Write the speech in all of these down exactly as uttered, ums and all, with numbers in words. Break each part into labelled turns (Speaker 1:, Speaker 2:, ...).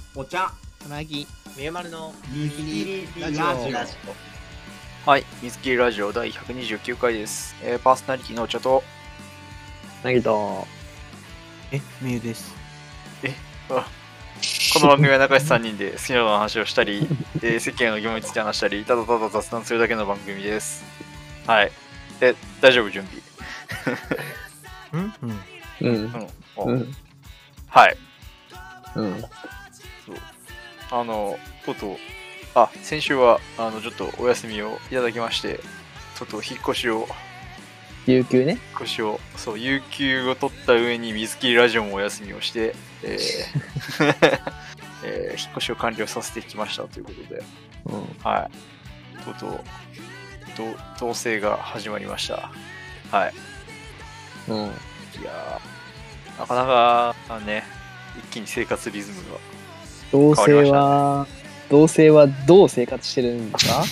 Speaker 1: お茶
Speaker 2: つなぎ
Speaker 3: みゆまるの
Speaker 1: 水切りラジオ
Speaker 3: ラジ
Speaker 4: はい、水切りラジオだいひゃくにじゅうきゅうかいです。えー、パーソナリティのお茶と、
Speaker 3: なぎと
Speaker 2: えみゆです。
Speaker 4: あこの番組は仲良しさんにんで好きなことの話をしたり、えー世間の疑問について話したり、ただただ雑談するだけの番組です。はい。え、大丈夫準備
Speaker 2: うんうん
Speaker 3: うん
Speaker 4: うん。お
Speaker 3: うん
Speaker 4: はい。
Speaker 3: うん
Speaker 4: そう。あの、とうとう、あ、先週は、あの、ちょっとお休みをいただきまして、ちょっと引っ越しを、
Speaker 3: 有給ね。
Speaker 4: 引っ越しを、そう、有給を取った上に水切りラジオもお休みをして、えーえー引っ越しを完了させてきましたということで、
Speaker 3: うん
Speaker 4: はい。とうとう、ど同棲が始まりました。はい。
Speaker 3: うん
Speaker 4: いやー、なかなかね、一気に生活リズムが。
Speaker 3: 同性は同性はどう生活してるんですか？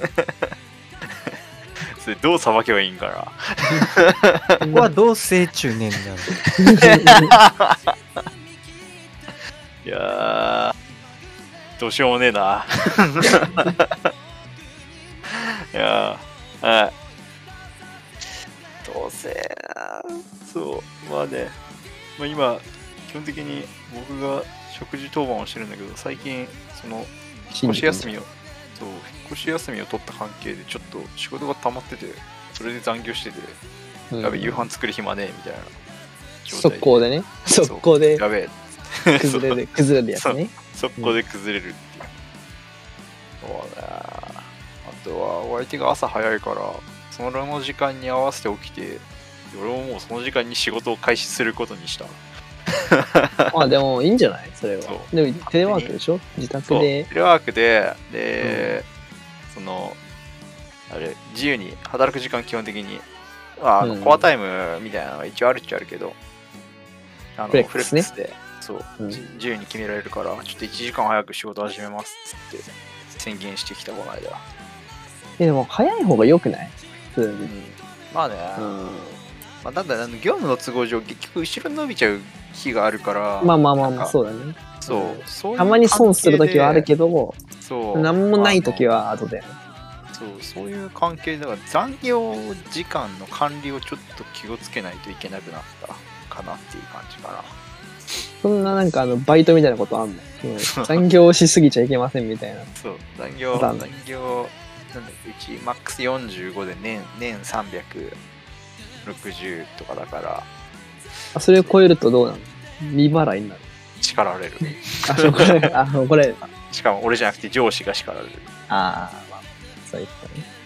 Speaker 4: それどうさばけばいいんかな。
Speaker 2: ここは同性中年なの。
Speaker 4: いやー、どうしようもねえな。いやー、はい。どうせな、そう、まあね、まあ、今、基本的に僕が食事当番をしてるんだけど、最近、その、引っ越し休みを、そう、引っ越し休みを取った関係で、ちょっと仕事が溜まってて、それで残業してて、
Speaker 3: うん
Speaker 4: やべ、夕飯作る暇ねえみたいな状態
Speaker 3: 速攻でね。
Speaker 4: そう
Speaker 3: 速攻で
Speaker 4: やべえ。
Speaker 3: 崩れる崩れるやつね。
Speaker 4: 速攻で崩れるっていう。そうね。あとは、お相手が朝早いから、その時間に合わせて起きて、俺ももうその時間に仕事を開始することにした。
Speaker 3: まあでもいいんじゃないそれは
Speaker 4: そ。う
Speaker 3: でもテレワークでしょ？自宅
Speaker 4: そう、
Speaker 3: で。
Speaker 4: テレワークで、で、その、あれ、自由に働く時間基本的に、ああの
Speaker 3: うん
Speaker 4: コアタイムみたいなのが一応あるっちゃあるけど、あの
Speaker 3: フレックスね
Speaker 4: フレックスで、そう、
Speaker 3: うん
Speaker 4: じ自由に決められるから、ちょっといちじかん早く仕事始めますっつって宣言してきたこの間。
Speaker 3: えでも早い方が良くない？普通に。
Speaker 4: まあね、
Speaker 3: うん
Speaker 4: まあ、ただあの業務の都合上、結局後ろに伸びちゃう日があるから、
Speaker 3: まあまあまあまあ
Speaker 4: なんか
Speaker 3: そうだね。
Speaker 4: そう
Speaker 3: うん
Speaker 4: そういう
Speaker 3: たまに損するときはあるけ
Speaker 4: ど、
Speaker 3: ど、
Speaker 4: そう
Speaker 3: なんもないとき
Speaker 4: は
Speaker 3: は後だよね。
Speaker 4: そうそういう関係だから残業時間の管理をちょっと気をつけないといけなくなったかなっていう感じかな。
Speaker 3: そんななんかあのバイトみたいなことあんの？うん残業しすぎちゃいけませんみたいな。
Speaker 4: そう残業
Speaker 3: 残
Speaker 4: 残業なんだっけ、うちマックスよんじゅうごで年年さんびゃくろくじゅうとかだから
Speaker 3: あ、それを超えるとどうなの？利払いになる。
Speaker 4: 叱られる。
Speaker 3: あ、そうこれ、あの、これ、
Speaker 4: しかも俺じゃなくて上司が叱られる。
Speaker 3: ああ、まあ、そういうことね。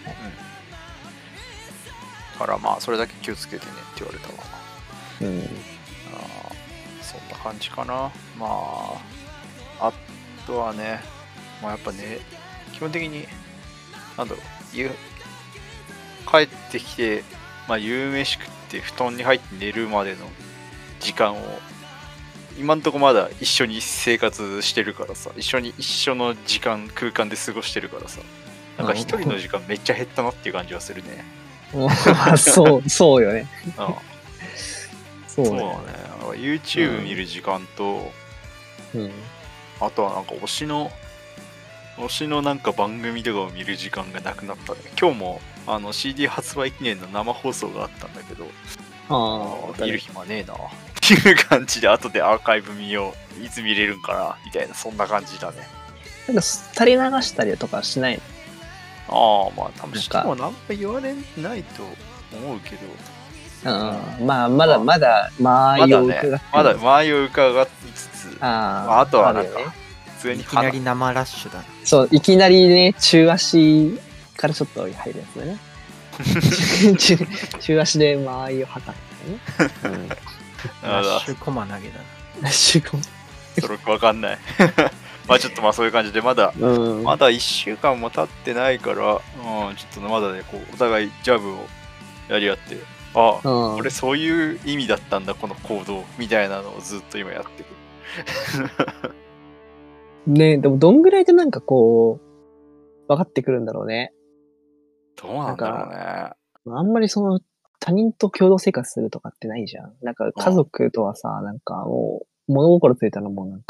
Speaker 4: だからまあそれだけ気をつけてねって言われたわ。
Speaker 3: うん。
Speaker 4: あーそんな感じかな。まああとはね、まあやっぱね、基本的になんだろう、ゆ帰ってきて、まあ夕飯食って布団に入って寝るまでの時間を今んとこまだ一緒に生活してるからさ、一緒に一緒の時間空間で過ごしてるからさ、なんか一人の時間めっちゃ減ったなっていう感じはするね。
Speaker 3: まあ、そう、そうよね。
Speaker 4: うん
Speaker 3: そう
Speaker 4: そうだね。
Speaker 3: ね。
Speaker 4: なんか YouTube 見る時間と、
Speaker 3: うん。
Speaker 4: あとはなんか推しの推しのなんか番組とかを見る時間がなくなったね。今日もあの シーディー 発売記念の生放送があったんだけど、
Speaker 3: ああ、
Speaker 4: 見る暇ねえなっていう感じで、後でアーカイブ見よう、いつ見れるんかなみたいな、そんな感じだね。
Speaker 3: なんか、垂れ流したりとかしない
Speaker 4: ああ、まあ多分
Speaker 3: なんか
Speaker 4: しても何も言われないと思うけど、
Speaker 3: の？うん。まあ、まだまだ、間合
Speaker 4: まだ
Speaker 3: いを伺って
Speaker 4: ね、まだ間合いを伺いつつ、
Speaker 3: あ
Speaker 4: まあ、あとはなん
Speaker 3: るよね
Speaker 4: か、普通に
Speaker 2: いきなり生ラッシュだな。
Speaker 3: そう、いきなりね、中足からちょっと入るやつだね。中中足で間合いを測ってね。うん。
Speaker 4: あ
Speaker 2: ラッシュコマ投げだな。
Speaker 3: ラッシュコン
Speaker 4: それわかんない。まあちょっとまあそういう感じで、まだ、
Speaker 3: うん。
Speaker 4: まだいっしゅうかんも経ってないから、うん、ちょっとまだね、こう、お互いジャブをやり合って、あ、
Speaker 3: うん
Speaker 4: これそういう意味だったんだ、この行動、みたいなのをずっと今やってくる。
Speaker 3: ねでもどんぐらいでなんかこう、分かってくるんだろうね。
Speaker 4: どうなんだろうね。
Speaker 3: あんまりその、他人と共同生活するとかってないじゃん。なんか家族とはさ、なんかもう、物心ついたのもなんか、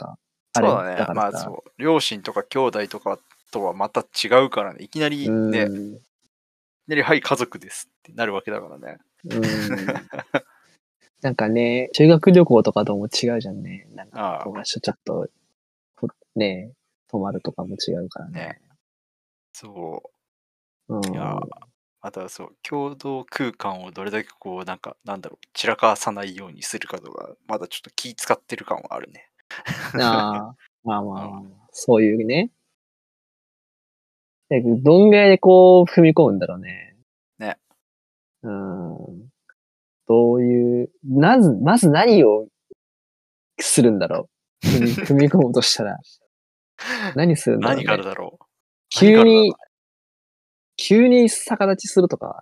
Speaker 3: あれ
Speaker 4: そうだね。
Speaker 3: からさ
Speaker 4: まあそう。両親とか兄弟とかとはまた違うからね。いきなり
Speaker 3: うん
Speaker 4: ね、いきなりはい家族ですってなるわけだからね。
Speaker 3: うんなんかね、修学旅行とかとも違うじゃんね。なんか
Speaker 4: ああ
Speaker 3: 友達とちょっと、ほね、泊まるとかも違うからね。
Speaker 4: ね。そ
Speaker 3: うん
Speaker 4: う。いや、またそう、共同空間をどれだけこう、なんか、なんだろう、散らかさないようにするかとか、まだちょっと気使ってる感はあるね。
Speaker 3: ああ、まあまあ、
Speaker 4: う
Speaker 3: そういうね。でどんぐらいでこう踏み込むんだろうね。
Speaker 4: ね。
Speaker 3: うん。どういう、まず、まず何をするんだろう。踏み踏み込むとしたら。何するんだろう、ね。
Speaker 4: 何からだろう。
Speaker 3: 急に
Speaker 4: 何か、
Speaker 3: 急に逆立ちするとか。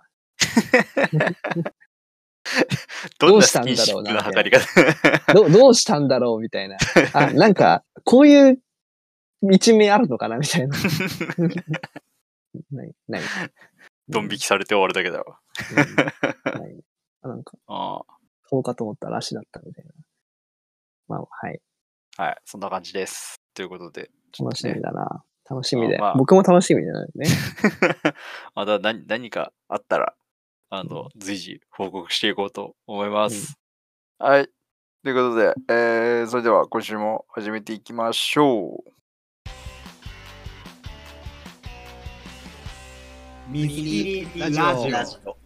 Speaker 4: どんな
Speaker 3: どうしたん
Speaker 4: スキンシッ
Speaker 3: だろうな
Speaker 4: プの測り方
Speaker 3: どどうしたんだろうみたいな。あ、なんか、こういう一面あるのかなみたいな。ない、ない。
Speaker 4: ドン引きされて終わるだけだわ。
Speaker 3: うんないあなんか、
Speaker 4: あ
Speaker 3: そうかと思ったら足だったみたいな。まあ、はい。
Speaker 4: あはい、そんな感じです。ということで、ちょっ
Speaker 3: 楽し
Speaker 4: とね
Speaker 3: みだな。楽しみで。
Speaker 4: まあまあ
Speaker 3: 僕も楽しみだよね。
Speaker 4: また何何かあったら、あの、随時報告していこうと思います。はい。ということで、えー、それでは今週も始めていきましょう。
Speaker 1: ミスリラジオ。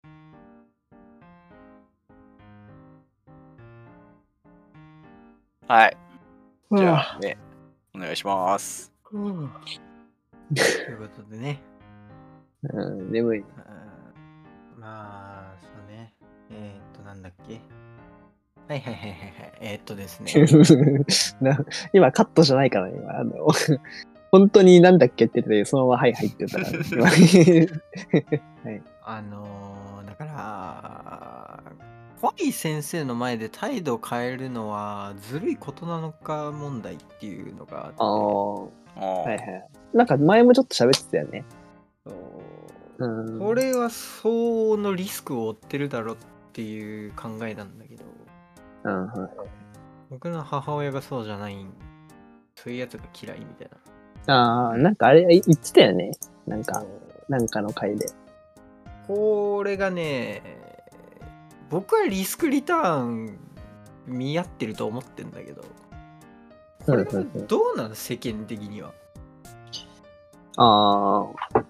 Speaker 4: はい。
Speaker 3: うん
Speaker 4: じゃあね、お願いします。
Speaker 2: ということでね。
Speaker 3: うん、眠い。
Speaker 2: うんまあ、そうね。えー、っと、なんだっけ。はいはいはいはいはい。えー、っとですね。
Speaker 3: な今カットじゃないからね、今。あの、本当になんだっけって言って、そのままはいはいって言ったから、今はい。
Speaker 2: あのー、だから、怖い先生の前で態度を変えるのはずるいことなのか問題っていうのがあって。
Speaker 3: ああ、
Speaker 4: は
Speaker 3: はいはい。なんか前もちょっと喋ってたよね。
Speaker 2: そう
Speaker 3: うん。
Speaker 2: これは相応のリスクを負ってるだろっていう考えなんだけど、
Speaker 3: うん、はい。
Speaker 2: 僕の母親がそうじゃない、そういうやつが嫌いみたいな。
Speaker 3: ああ、なんかあれ言ってたよね。なんか、なんかの回で。
Speaker 2: これがね、僕はリスクリターン見合ってると思ってんだけど、これはどうなの世間的には。
Speaker 3: ああ、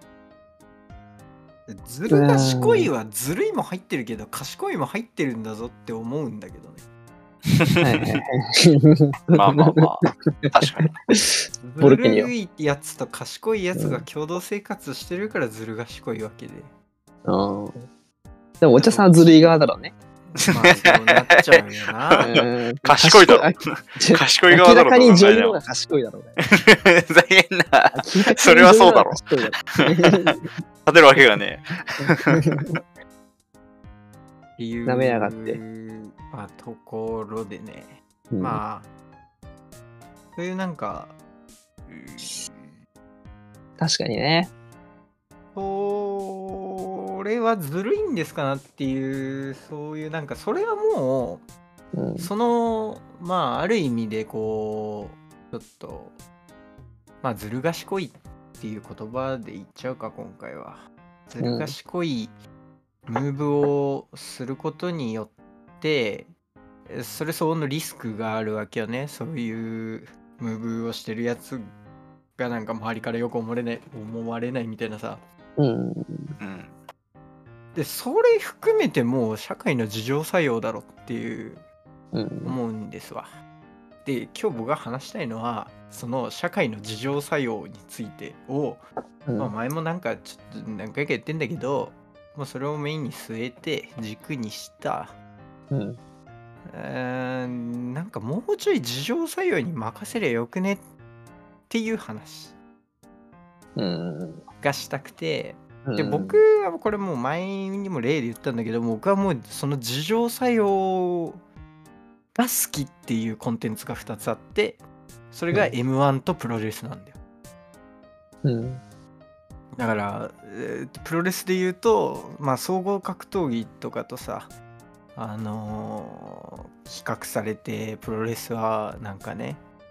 Speaker 2: ずる賢いはずるいも入ってるけど賢いも入ってるんだぞって思うんだけどね。
Speaker 3: はいはいはい。
Speaker 4: まあまあまあ、確かに。
Speaker 3: ボルケニオ
Speaker 2: ずるいやつと賢いやつが共同生活してるからずる賢いわけで。
Speaker 3: あーでもお茶さんはずるい側だろうね。
Speaker 2: まあそうなっちゃうよな。
Speaker 3: うん
Speaker 4: 賢いだろ
Speaker 3: 賢い
Speaker 4: 賢い側だろ
Speaker 3: 明らかに女優の方
Speaker 4: の
Speaker 3: が賢いだろうね。
Speaker 4: ふざけんな。
Speaker 3: 明らかに
Speaker 4: それはそうだろ
Speaker 3: 女優の方が賢いだろ
Speaker 4: 立てるわけがね
Speaker 2: っていう
Speaker 3: 舐めやがって
Speaker 2: まあ、ところでね、
Speaker 3: う。うん
Speaker 2: まあそういうなんか
Speaker 3: 確かにね。
Speaker 2: これはずるいんですかなっていうそういうなんかそれはも
Speaker 3: うん
Speaker 2: うそのまあある意味でこうちょっとまあずる賢いっていう言葉で言っちゃうか今回はずる賢いムーブをすることによってそれ相応のリスクがあるわけよね。そういうムーブをしてるやつがなんか周りからよく思われない思われないみたいなさ。
Speaker 3: うん。
Speaker 4: うん。
Speaker 2: でそれ含めてもう社会の自浄作用だろっていう
Speaker 3: うん。
Speaker 2: 思うんですわ。で今日僕が話したいのはその社会の自浄作用についてを、
Speaker 3: うん
Speaker 2: まあ、前もなんかちょっと何回か言ってんだけど、もうそれをメインに据えて軸にした
Speaker 3: うん。
Speaker 2: うーんなんかもうちょい自浄作用に任せりゃよくねっていう話
Speaker 3: うん。
Speaker 2: がしたくて、で
Speaker 3: うん
Speaker 2: 僕はこれもう前にも例で言ったんだけど僕はもうその自浄作用が好きっていうコンテンツがふたつあって、それが エムワン とプロレスなんだよ。
Speaker 3: うん。
Speaker 2: だから、えープロレスで言うと、まあ、総合格闘技とかとさあのー比較されてプロレスはなんかね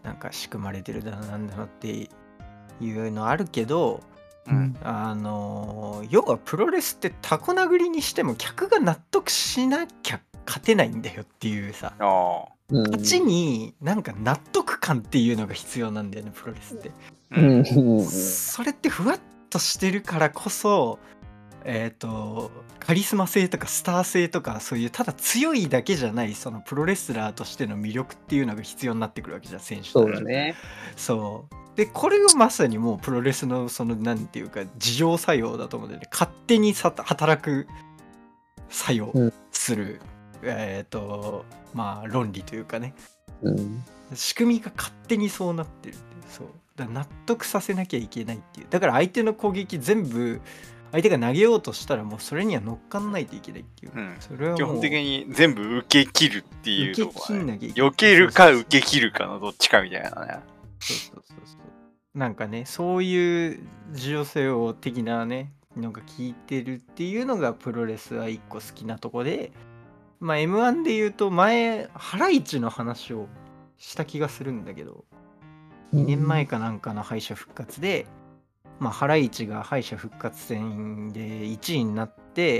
Speaker 2: なんか仕組まれてるだのなんだのっていうのあるけど、
Speaker 4: うん。
Speaker 2: あのー要はプロレスってタコ殴りにしても客が納得しなきゃ勝てないんだよっていうさ、
Speaker 4: ああ。
Speaker 3: うん。
Speaker 2: 勝ちになんか納得感っていうのが必要なんだよね、プロレスって。
Speaker 3: う
Speaker 4: うん。
Speaker 3: ん。
Speaker 2: それってふわっとしてるからこそ、えっ、とカリスマ性とかスター性とかそういうただ強いだけじゃないそのプロレスラーとしての魅力っていうのが必要になってくるわけじゃん、選手
Speaker 3: そ
Speaker 2: たち
Speaker 3: うだね。
Speaker 2: そうでこれがまさにもうプロレスのそのなんていうか自浄作用だと思うんだよね。勝手にさ働く作用する、えっ、とまあ論理というかね、
Speaker 3: うん。
Speaker 2: 仕組みが勝手にそうなってるっていう。そうだから納得させなきゃいけないっていう。だから相手の攻撃全部相手が投げようとしたらもうそれには乗っかんないといけないっていう、
Speaker 4: うん
Speaker 2: それはもう
Speaker 4: 基本的に全部受け切るっていう
Speaker 2: 受け
Speaker 4: ところはね、
Speaker 2: 切んなきゃいけない。
Speaker 4: 避けるか受け切るかのどっちかみたいなね。
Speaker 2: そうそうそうそうなんかねそういう自浄作用的なねのが効いてるっていうのがプロレスは一個好きなとこで、まあ エムワン で言うと前ハライチの話をした気がするんだけど、にねんまえかなんかの敗者復活で、まあ、ハライチが敗者復活戦でいちいになって、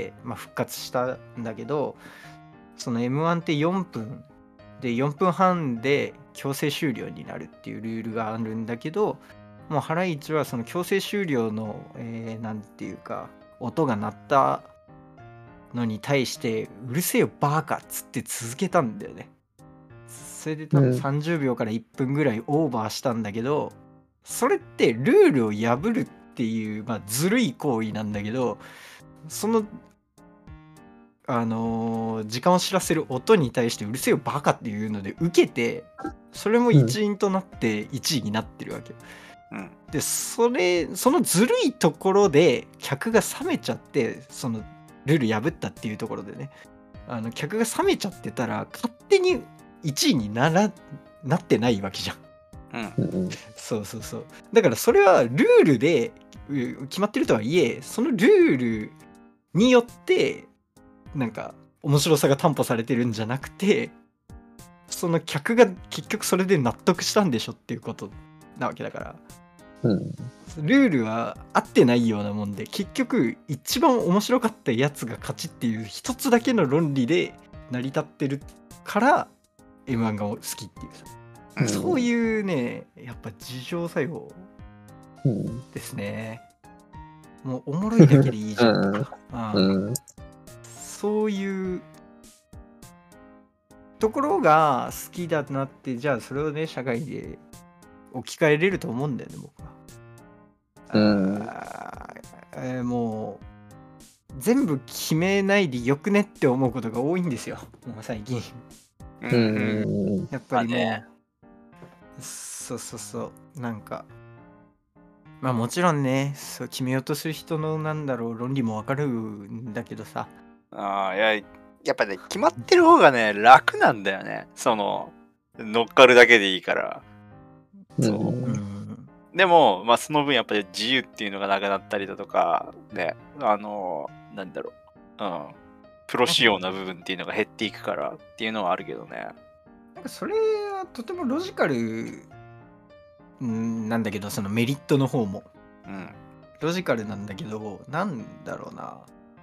Speaker 2: まあ、復活したんだけど、その エムワン ってよんぷんでよんぷんはんで強制終了になるっていうルールがあるんだけど、もうハライチはその強制終了の、えー、なんていうか音が鳴ったのに対してうるせえよバーカっつって続けたんだよね。それで多分さんじゅうびょうからいっぷんぐらいオーバーしたんだけど、それってルールを破るっていう、まあ、ずるい行為なんだけど、そのあのー時間を知らせる音に対してうるせえよバカっていうので受けて、それも一因となっていちいになってるわけよ。
Speaker 4: うん。
Speaker 2: でそれそのずるいところで客が冷めちゃって、そのルール破ったっていうところでね、あの客が冷めちゃってたら勝手にいちいにならなってないわけじゃん。
Speaker 4: うん。
Speaker 3: うん。
Speaker 2: そうそうそう。だからそれはルールでう決まってるとはいえ、そのルールによってなんか面白さが担保されてるんじゃなくて、その客が結局それで納得したんでしょっていうことなわけだから、
Speaker 3: うん。
Speaker 2: ルールは合ってないようなもんで、結局一番面白かったやつが勝ちっていう一つだけの論理で成り立ってるから エムワン が好きっていうさ、
Speaker 3: うん
Speaker 2: そういうねやっぱ自浄作用
Speaker 3: うん。
Speaker 2: ですね。もうおもろいだけでいいじゃんとか、うん
Speaker 3: うん。
Speaker 2: そういうところが好きだなって、じゃあそれをね社会で置き換えれると思うんだよね僕は。
Speaker 3: うん
Speaker 2: あーえーもう全部決めないでよくねって思うことが多いんですよもう最近。
Speaker 4: う。
Speaker 3: うんん。
Speaker 2: やっぱりもう、
Speaker 4: まあね
Speaker 2: そうそうそうなんかまあもちろんねそう決めようとする人のなんだろう論理もわかるんだけどさ、
Speaker 4: ああ、いや、やっぱね、決まってる方がね、楽なんだよね。その、乗っかるだけでいいから。そう
Speaker 2: う
Speaker 3: うん
Speaker 2: ん
Speaker 4: でも、まあ、その分やっぱり自由っていうのがなくなったりだとか、ね、あの、なんだろう、うん、プロ仕様な部分っていうのが減っていくからっていうのはあるけどね。
Speaker 2: なんかそれはとてもロジカルんなんだけど、そのメリットの方も
Speaker 4: うん。
Speaker 2: ロジカルなんだけど、なんだろうな、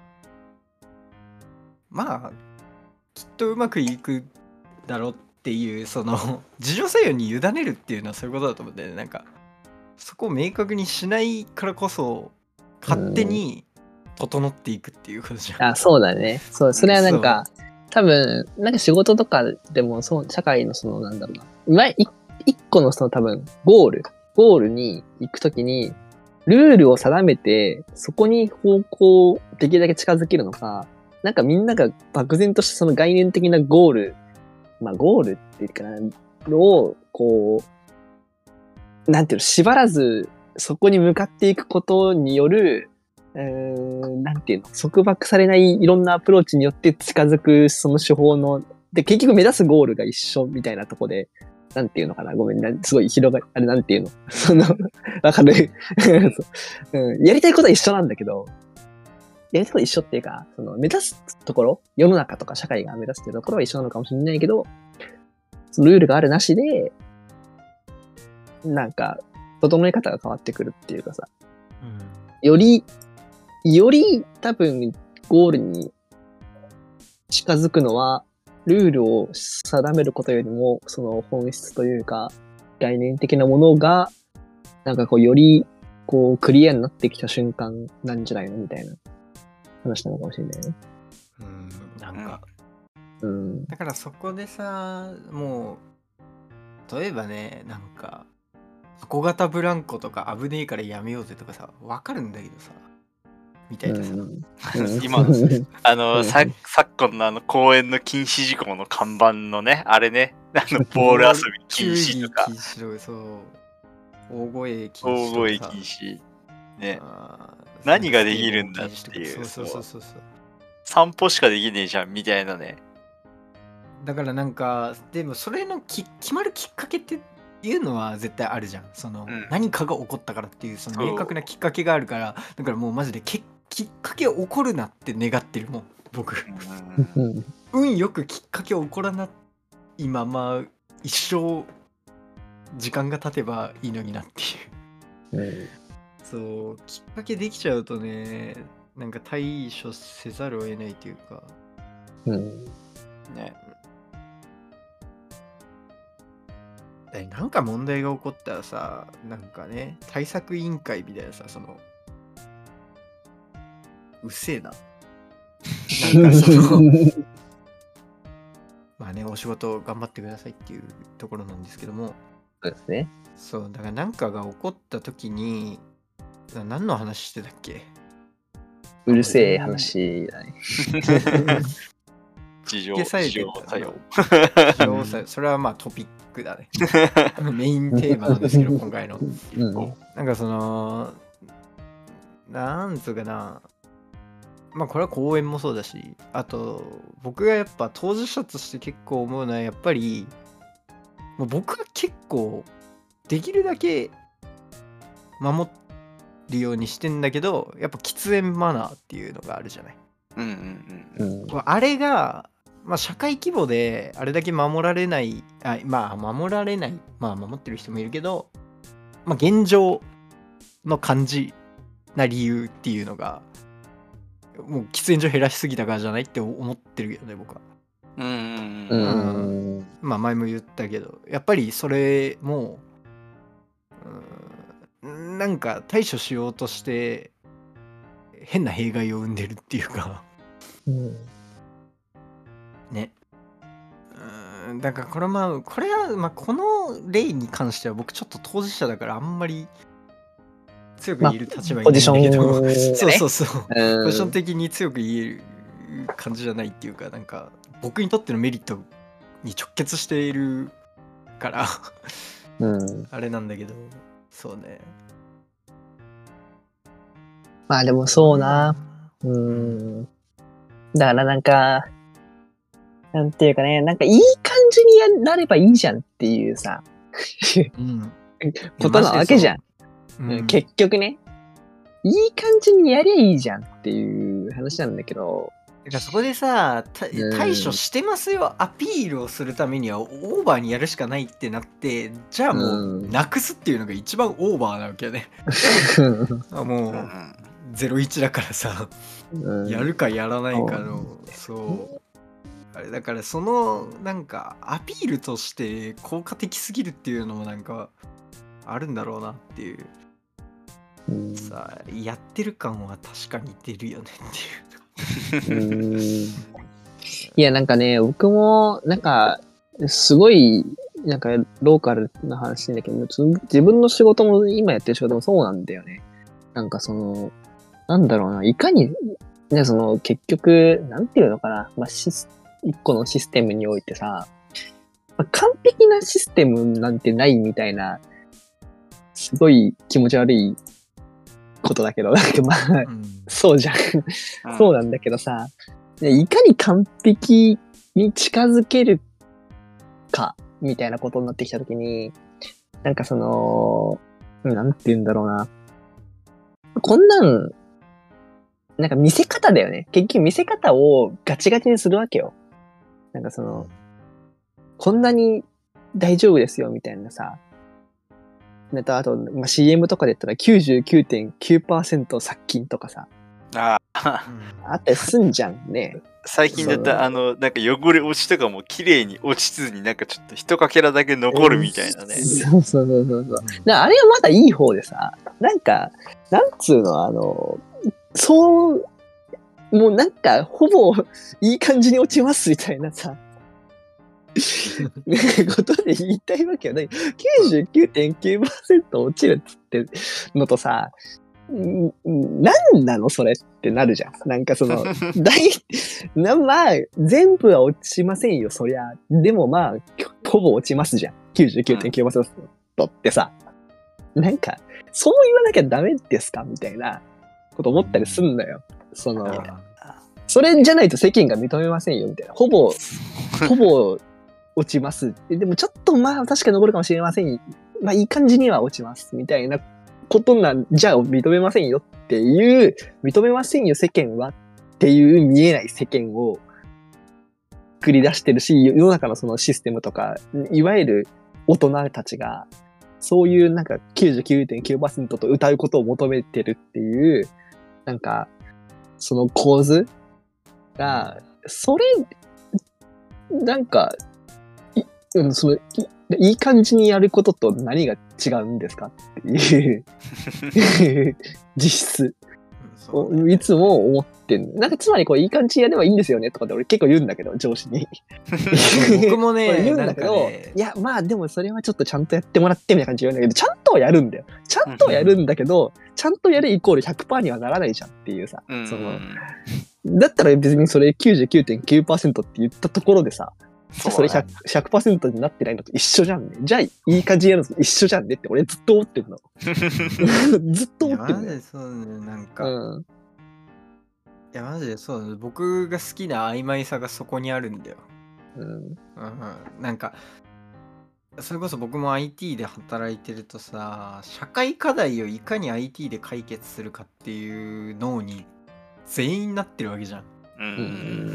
Speaker 2: まあきっとうまくいくだろうっていうその自浄作用に委ねるっていうのはそういうことだと思うんだよね。なんかそこを明確にしないからこそ勝手に整っていくっていうことじゃん。
Speaker 3: あ、そうだね。そう、それはなんか、多分、なんか仕事とかでも、そう、社会のその、なんだろうな。前、い一個のその多分、ゴール、ゴールに行くときに、ルールを定めて、そこに方向をできるだけ近づけるのか、なんかみんなが漠然としたその概念的なゴール、まあゴールっていうかな、を、こう、なんていうの、縛らず、そこに向かっていくことによる、うーん、なんていうの、束縛されないいろんなアプローチによって近づくその手法の、で、結局目指すゴールが一緒みたいなとこで、なんていうのかな、ごめんな、すごい広がり、あれなんていうの、その、わかる、そう、うん。やりたいことは一緒なんだけど、やりたいことは一緒っていうか、その目指すところ、世の中とか社会が目指しているところは一緒なのかもしれないけど、そのルールがあるなしで、 なんか、整え方が変わってくるっていうかさ、
Speaker 2: うん
Speaker 3: より、より多分ゴールに近づくのは、ルールを定めることよりも、その本質というか、概念的なものが、なんかこう、より、こう、クリアになってきた瞬間なんじゃないのみたいな話なのかもしれないね。
Speaker 2: うんなんか、
Speaker 3: うん。
Speaker 2: だからそこでさ、もう例えばね、なんか小型ブランコとか危ねえからやめようぜとかさ、わかるんだけどさ、みたいなさ、
Speaker 3: うん
Speaker 4: 今あの、
Speaker 3: うん
Speaker 4: さ昨今のあの公園の禁止事項の看板のね、あれね、あのボール遊び禁止とか
Speaker 2: 球技禁、止とか、そう大声禁
Speaker 4: 大声
Speaker 2: 止とか
Speaker 4: 禁
Speaker 2: さ、
Speaker 4: 止。ね、
Speaker 2: あー
Speaker 4: 何ができるんだっていう
Speaker 2: そうそうそうそうそう。
Speaker 4: 散歩しかできねえじゃんみたいなね。
Speaker 2: だからなんかでもそれのき決まるきっかけっていうのは絶対あるじゃん。その、
Speaker 4: うん
Speaker 2: 何かが起こったからっていうその
Speaker 4: そう
Speaker 2: 明確なきっかけがあるから、だからもうマジでききっかけ起こるなって願ってるもん僕。
Speaker 4: うん
Speaker 3: うん
Speaker 2: 運よくきっかけ起こらないまま一生時間が経てばいいのになっていう。
Speaker 3: うん
Speaker 2: そうきっかけできちゃうとね、なんか対処せざるを得ないというか。
Speaker 3: うん
Speaker 4: ね、
Speaker 2: えなんか問題が起こったらさ、なんかね、対策委員会みたいなさ、そのうっせえな。なんかそのまあね、お仕事頑張ってくださいっていうところなんですけども、
Speaker 3: そうですね。
Speaker 2: そうだからなんかが起こった時に、な何の話してたっけ？
Speaker 3: うるせえ話だね。
Speaker 4: 事情、
Speaker 2: 消され
Speaker 4: 事
Speaker 2: てた
Speaker 4: 情作用。
Speaker 2: 事情作用それはまあトピックだね。メインテーマなんですけど、今回の。
Speaker 3: うん
Speaker 2: なんかその、なんつうかな、まあこれは公演もそうだし、あと僕がやっぱ当事者として結構思うのはやっぱり、もう僕は結構できるだけ守るようにしてんだけど、やっぱ喫煙マナーっていうのがあるじゃない。
Speaker 4: うんうん
Speaker 3: う
Speaker 4: うん。
Speaker 3: ん
Speaker 2: あれが、まあ、社会規模であれだけ守られない、あまあ守られない、まあ守ってる人もいるけど、まあ現状の感じな理由っていうのが、もう喫煙所減らしすぎたからじゃないって思ってるけどね、僕は。
Speaker 4: うんうん
Speaker 3: う
Speaker 4: うん。
Speaker 3: ん
Speaker 2: まあ前も言ったけど、やっぱりそれも、うーんなんか対処しようとして変な弊害を生んでるっていうか
Speaker 3: うん
Speaker 2: ね。うーんだからこれまあこれはまあこの例に関しては僕ちょっと当事者だからあんまり強く言える立場にいないんだけど、
Speaker 3: ポジションがね
Speaker 2: そうそうそう、
Speaker 3: うん
Speaker 2: ポジション的に強く言える感じじゃないっていうか、なんか僕にとってのメリットに直結しているから
Speaker 3: うん
Speaker 2: あれなんだけど、そうね。
Speaker 3: まあでもそうな。うん。だからなんか、なんていうかね、なんかいい感じにやなればいいじゃんっていうさ、
Speaker 2: うん。
Speaker 3: ことなわけじゃん。
Speaker 2: うん、
Speaker 3: 結局ね。いい感じにやりゃいいじゃんっていう話なんだけど。
Speaker 2: だからそこでさ、た
Speaker 3: うん
Speaker 2: 対処してますよアピールをするためにはオーバーにやるしかないってなって、じゃあもう
Speaker 3: うん
Speaker 2: なくすっていうのが一番オーバーなわけよね。あもうゼロイチだからさ、
Speaker 3: うん
Speaker 2: やるかやらないかの、そうあれだから、そのなんかアピールとして効果的すぎるっていうのもなんかあるんだろうなっていう、
Speaker 3: うん
Speaker 2: さやってる感は確かに出るよねっていう。
Speaker 3: うんいや、なんかね、僕も、なんか、すごい、なんか、ローカルな話だけど、つ自分の仕事も、今やってる仕事もそうなんだよね。なんかその、なんだろうな、いかに、ね、その、結局、なんていうのかな、まあ、シス一個のシステムにおいてさ、まあ、完璧なシステムなんてないみたいな、すごい気持ち悪いことだけど、なんかまあ、
Speaker 2: うん
Speaker 3: そうじゃん。そうなんだけどさ、いかに完璧に近づけるか、みたいなことになってきたときに、なんかその、なんて言うんだろうな。こんなん、なんか見せ方だよね。結局見せ方をガチガチにするわけよ。なんかその、こんなに大丈夫ですよ、みたいなさ、 ネタ、あと、まあ、シーエム とかで言ったら きゅうじゅうきゅうてんきゅうパーセント 殺菌とかさ、
Speaker 4: ああ、
Speaker 3: あったりすんじゃんね。
Speaker 4: 最近だったら、あの、なんか汚れ落ちとかも綺麗に落ちずになんかちょっと一かけらだけ残るみたいなね。
Speaker 3: そうそうそうそうそう。だあれはまだいい方でさ、なんか、なんつうの、あの、そう、もうなんか、ほぼいい感じに落ちますみたいなさ、ことで言いたいわけよね。きゅうじゅうきゅうてんきゅうパーセント 落ちるっつってのとさ、んなんなのそれってなるじゃん。なんかその、大、な、まあ、全部は落ちませんよ、そりゃ。でもまあ、ほぼ落ちますじゃん。きゅうじゅうきゅうてんきゅうパーセント ってさ。なんか、そう言わなきゃダメですかみたいなこと思ったりすんのよ。その、それじゃないと世間が認めませんよ、みたいな。ほぼ、ほぼ落ちます。でもちょっとまあ、確かに残るかもしれません。まあ、いい感じには落ちます。みたいなことなんじゃあ認めませんよっていう、認めませんよ世間はっていう見えない世間を繰り出してるし、世の中のそのシステムとか、いわゆる大人たちが、そういうなんか きゅうじゅうきゅうてんきゅうパーセント と歌うことを求めてるっていう、なんか、その構図が、それ、なんか、いそのいいい感じにやることと何が違うんですかっていう実質をいつも思ってんなんかつまりこういい感じにやればいいんですよねとかって俺結構言うんだけど上司に
Speaker 2: 僕もね
Speaker 3: 言うんだけど、
Speaker 2: ね、
Speaker 3: いやまあでもそれはちょっとちゃんとやってもらってみたいな感じで言うんだけどちゃんとはやるんだよちゃんとはやるんだけどちゃんとやるイコール ひゃくパーセント にはならないじゃんっていうさ、うん、そのだったら別にそれ きゅうじゅうきゅうてんきゅうパーセント って言ったところでさそれ ひゃく, ひゃくパーセント になってないのと一緒じゃんね。じゃあいい感じにやるのと一緒じゃんねって俺ずっと思ってんの。ずっと思ってんの。
Speaker 2: いやマジでそうね、なんか。
Speaker 3: うん、
Speaker 2: いやマジでそう、僕が好きな曖昧さがそこにあるんだよ。
Speaker 3: うん。うん、
Speaker 2: なんか、それこそ僕も アイティー で働いてるとさ、社会課題をいかに アイティー で解決するかっていう脳に全員なってるわけじゃん。
Speaker 4: うん、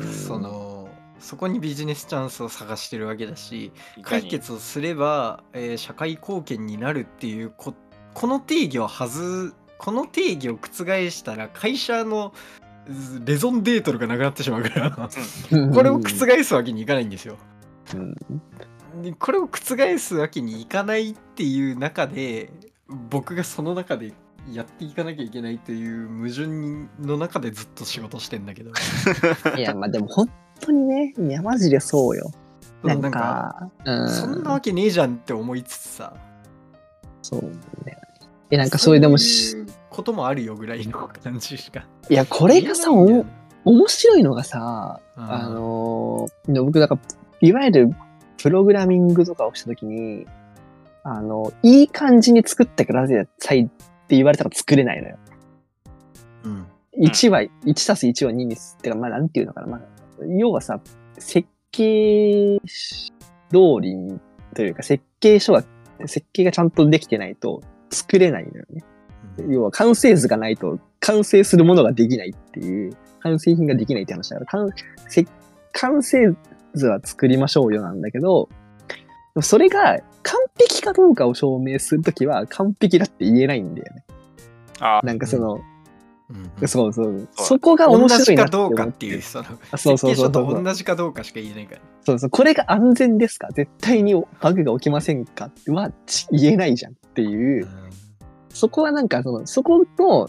Speaker 2: その、そこにビジネスチャンスを探してるわけだし、解決をすれば、えー、社会貢献になるっていうこ、この定義を外、この定義を覆したら会社のレゾンデートルがなくなってしまうからこれを覆すわけにいかないんですよ。でこれを覆すわけにいかないっていう中で、僕がその中でやっていかなきゃいけないという矛盾の中でずっと仕事してんだけど
Speaker 3: いやまあでも本当にねいやマジでそうよ。なんか、なんか
Speaker 2: うん、そんなわけねえじゃんって思いつつさ、
Speaker 3: そうだよね。えなんかそれでも
Speaker 2: そういうこともあるよぐらいの感じしか。
Speaker 3: いやこれがさお面白いのがさ、あのー、僕だからいわゆるプログラミングとかをしたときに、あのいい感じに作ったくださいって言われたら作れないのよ。うん、いちはいちたすいちをににすってかまあなんていうのかな、まあ、要はさ設計通りにというか設計書が設計がちゃんとできてないと作れないのよね。うん、要は完成図がないと完成するものができないっていう完成品ができないって話だから完完成図は作りましょうよなんだけどそれが完璧かどうかを証明するときは完璧だって言えないんだよね。あなんかその、うんうん、そうそう。そこが面白いなって思って。同じかどうかっていう、その、設計書と同じかどうかしか言えないから。そうそう。これが安全ですか絶対にバグが起きませんかは言えないじゃんっていう。うん、そこはなんかその、そこと、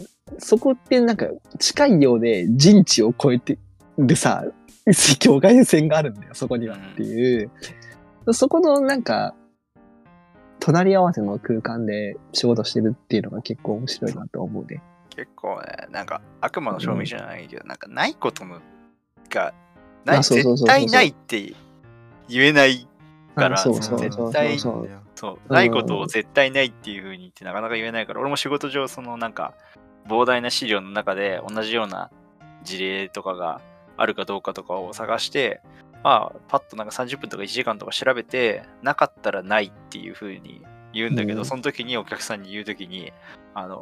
Speaker 3: そこってなんか近いようで人知を超えてるさ、境界線があるんだよ、そこにはっていう。うん、そこのなんか、隣り合わせの空間で仕事してるっていうのが結構面白いなと思うね。
Speaker 4: 結構ね、なんか悪魔の証明じゃないけど、うん、なんかないことのがない、絶対ないって言えないから、絶対そうないことを絶対ないっていう風に言ってなかなか言えないから、俺も仕事上そのなんか膨大な資料の中で同じような事例とかがあるかどうかとかを探して。まあ、パッとなんかさんじゅっぷんとかいちじかんとか調べて、なかったらないっていう風に言うんだけど、うん、その時にお客さんに言う時に、あの、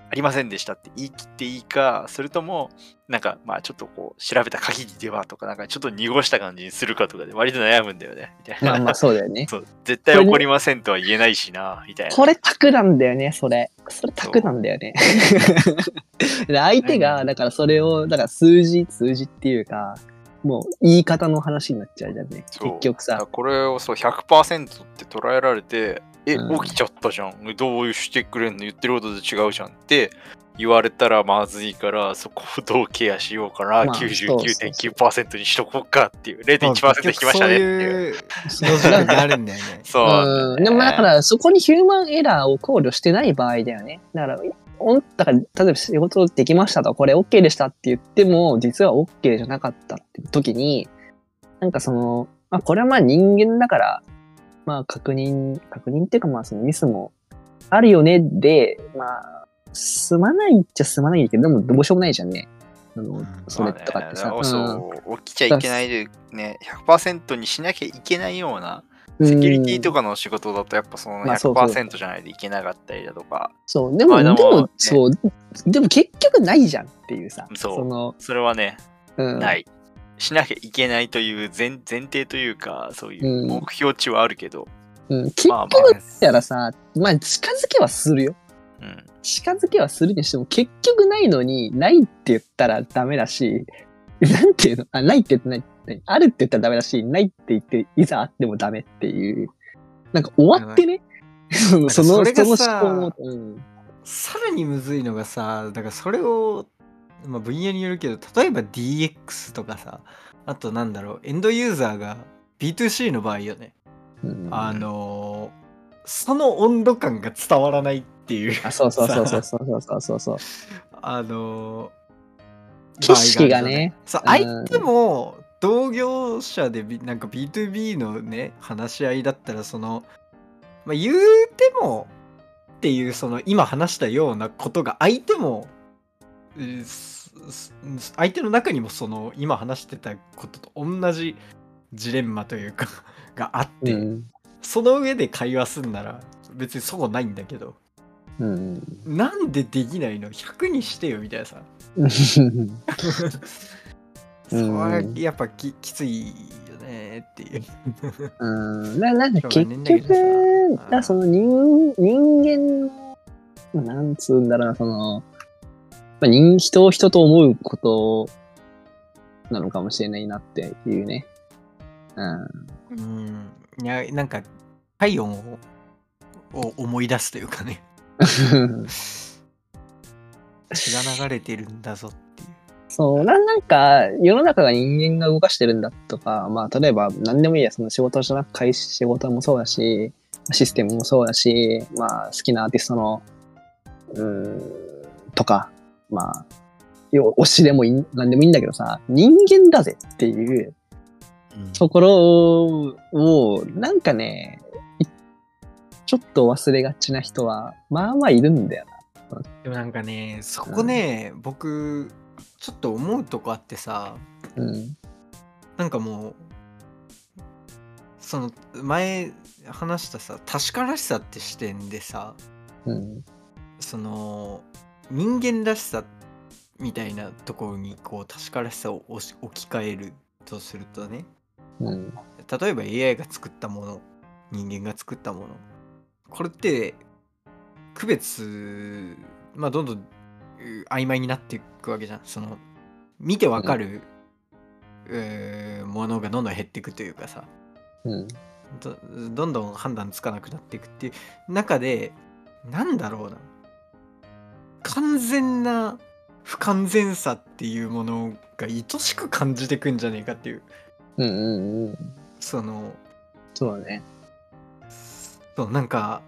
Speaker 4: ありませんでしたって言い切っていいか、それともなんかまあちょっとこう調べた限りではとか、なんかちょっと濁した感じにするかとかで割と悩むんだよねみたいな。
Speaker 3: まあまあそうだよね。
Speaker 4: そう絶対起こりませんとは言えないしなみたいな。
Speaker 3: これタクなんだよね、それ。それタクなんだよね。で相手が、だからそれを、だから数字、数字っていうか、もう言い方の話になっちゃうじゃんね。
Speaker 4: そう
Speaker 3: 結局さ。
Speaker 4: これをそう ひゃくパーセント って捉えられて、え、
Speaker 3: うん
Speaker 4: 起きちゃったじゃん。どうしてくれんの言ってることと違うじゃんって言われたらまずいから、そこをどうケアしようかな。
Speaker 3: まあ
Speaker 4: きゅうじゅうきゅうてんきゅうパーセント にしとこうかっていう。れいてんいちパーセント 引きましたねっていう。
Speaker 2: そういうロジックがあるんだよね。
Speaker 4: そうなんだよね。
Speaker 3: うん。でもだからそこにヒューマンエラーを考慮してない場合だよね。だから、おんだから例えば仕事できましたと、これ OK でしたって言っても、実は OK じゃなかったって時に、なんかその、まあこれはまあ人間だから、まあ確認、確認っていうかまあそのミスもあるよねで、まあ、すまないっちゃすまないけど、でもどうしようもないじゃんね。あの、それとかってさ。
Speaker 4: まあね、そう起きちゃいけないでね、ひゃくパーセント にしなきゃいけないような、
Speaker 3: うん
Speaker 4: セキュリティとかの仕事だとやっぱその
Speaker 3: まあそうそう
Speaker 4: ひゃくパーセントじゃないといけなかったりだとか、
Speaker 3: そう、でも、
Speaker 4: まあ
Speaker 3: でも、
Speaker 4: でもね
Speaker 3: そう、でも結局ないじゃんっていうさ。
Speaker 4: そう
Speaker 3: その、
Speaker 4: それはね、
Speaker 3: うん、
Speaker 4: ない。しなきゃいけないという前前提というか、そういう目標値はあるけど、
Speaker 3: うん、結
Speaker 4: まあま
Speaker 3: 局
Speaker 4: あ
Speaker 3: やらさ、まあ近づけはするよ。
Speaker 4: うん、
Speaker 3: 近づけはするにしても結局ないのに、ないって言ったらダメだし、なんていうのあ、ないって言ってない。あるって言ったらダメだし、ないって言って、いざあってもダメっていう。なんか終わってね。その、その、
Speaker 2: それが
Speaker 3: そ
Speaker 2: さ
Speaker 3: の思考も、うん。
Speaker 2: さらにむずいのがさ、だからそれを、まあ、分野によるけど、例えば ディーエックス とかさ、あとなんだろう、エンドユーザーが ビーツーシー の場合よね。
Speaker 3: うん
Speaker 2: あのーその温度感が伝わらないっていう。
Speaker 3: あ、そうそうそうそうそうそうそうそう。
Speaker 2: あのー
Speaker 3: 景色が
Speaker 2: 場合あるよ
Speaker 3: ね。
Speaker 2: そう、
Speaker 3: うん
Speaker 2: 相手も同業者でビなんか ビーツービー のね、話し合いだったら、その、まあ、言うてもっていう、その今話したようなことが相手も、うーすす相手の中にもその今話してたことと同じジレンマというかがあって、
Speaker 3: うん。
Speaker 2: その上で会話すんなら別にそこないんだけど、
Speaker 3: うん。
Speaker 2: なんでできないの ?ひゃく にしてよみたいなさ。それはやっぱききついよねっていう。
Speaker 3: うん。ななんか結
Speaker 2: しょうがねえんだけ
Speaker 3: 局
Speaker 2: どさ、
Speaker 3: だからその人人間の、なんつうんだろうな、その、まあ、人人を人と思うことなのかもしれないなっていうね。うん。
Speaker 2: うん。いや、なんか体温をを思い出すというかね。血が流れてるんだぞっていう。
Speaker 3: そうな、なんか、世の中が人間が動かしてるんだとか、まあ、例えば何でもいいや、その仕事じゃなく会仕事もそうだし、システムもそうだし、まあ、好きなアーティストの、うーん、とか、まあ、よ推しでもいい、何でもいいんだけどさ、人間だぜっていうところを、なんかね、いちょっと忘れがちな人は、まあまあいるんだよ
Speaker 2: でもなんかね、そこね、僕、ちょっと思うとこあってさ、
Speaker 3: な。うん。
Speaker 2: なんかもう、その前話したさ、確からしさって視点でさ、
Speaker 3: うん。
Speaker 2: その人間らしさみたいなところにこう確からしさを置し置き換えるとするとね、
Speaker 3: うん。
Speaker 2: 例えば エーアイ が作ったもの、人間が作ったもの、これって区別、まあどんどんう曖昧になっていくわけじゃん。その見てわかる、うーものがどんどん減っていくというかさ、
Speaker 3: うん。
Speaker 2: どどんどん判断つかなくなっていくっていう中で、なんだろうな、完全な不完全さっていうものが愛しく感じてくんじゃねえかっていう、
Speaker 3: うん。うん。うん。
Speaker 2: その
Speaker 3: そうだね。
Speaker 2: そうなんか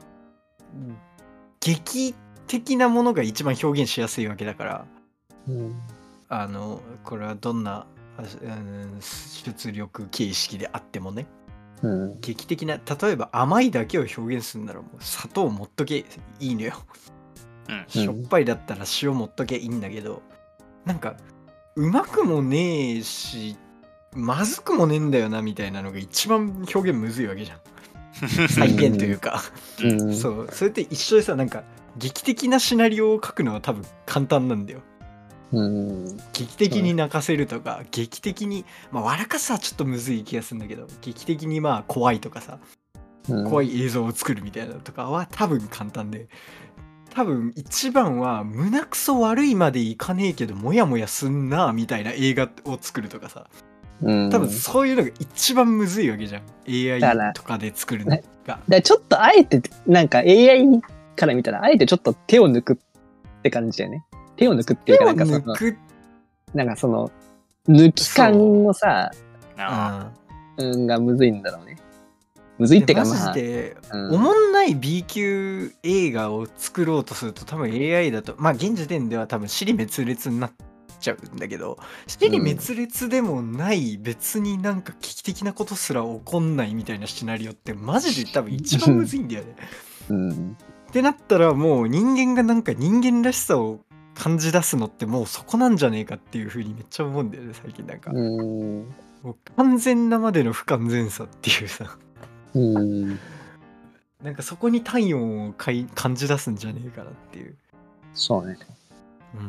Speaker 2: 劇的なものが一番表現しやすいわけだから、
Speaker 3: うん。
Speaker 2: あのこれはどんな、うん出力形式であってもね、
Speaker 3: うん。
Speaker 2: 劇的な、例えば甘いだけを表現するならもう砂糖持っとけいいのよ。
Speaker 4: うん
Speaker 2: しょっぱいだったら塩持っとけいいんだけど、なんかうまくもねえしまずくもねえんだよなみたいなのが一番表現むずいわけじゃん。 再現というか、
Speaker 3: うん。
Speaker 2: そうそれって一緒でさ、なんか劇的なシナリオを書くのは多分簡単なんだよ。
Speaker 3: うん。
Speaker 2: 劇的に泣かせるとか、劇的にまあ笑かすはちょっとむずい気がするんだけど、劇的にまあ怖いとかさ、
Speaker 3: うん。
Speaker 2: 怖い映像を作るみたいなのとかは多分簡単で、多分一番は胸クソ悪いまでいかねえけどモヤモヤすんなみたいな映画を作るとかさ、
Speaker 3: うん。
Speaker 2: 多分そういうのが一番むずいわけじゃん、 エー
Speaker 3: だから
Speaker 2: アイ とかで作るのが。
Speaker 3: だからちょっとあえて、なんか エーアイ から見たら、あえてちょっと手を抜くって感じだよね。手を抜くっていうか、なんかその、
Speaker 2: 抜く、
Speaker 3: なんかその、抜き感のさ、
Speaker 4: あ
Speaker 3: うん、がむずいんだろうね。むずいってか、
Speaker 2: マ
Speaker 3: まあ
Speaker 2: ジ、で
Speaker 3: うん
Speaker 2: おもんない ビー 級映画を作ろうとすると多分 エーアイ だと、まあ現時点では多分尻滅裂になっちゃうんだけど、尻滅裂でもない別になんか危機的なことすら起こんないみたいなシナリオってマジで多分一番むずいんだよね。
Speaker 3: うん。
Speaker 2: ってなったらもう人間がなんか人間らしさを感じ出すのってもうそこなんじゃねえかっていう風にめっちゃ思うんだよね最近。なんか
Speaker 3: うん。
Speaker 2: もう完全なまでの不完全さっていうさ、
Speaker 3: うん。
Speaker 2: なんかそこに体温をかい感じ出すんじゃねえかなっていう。
Speaker 3: そうね。
Speaker 2: うん。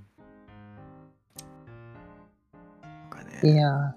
Speaker 2: なんかね。
Speaker 3: いやー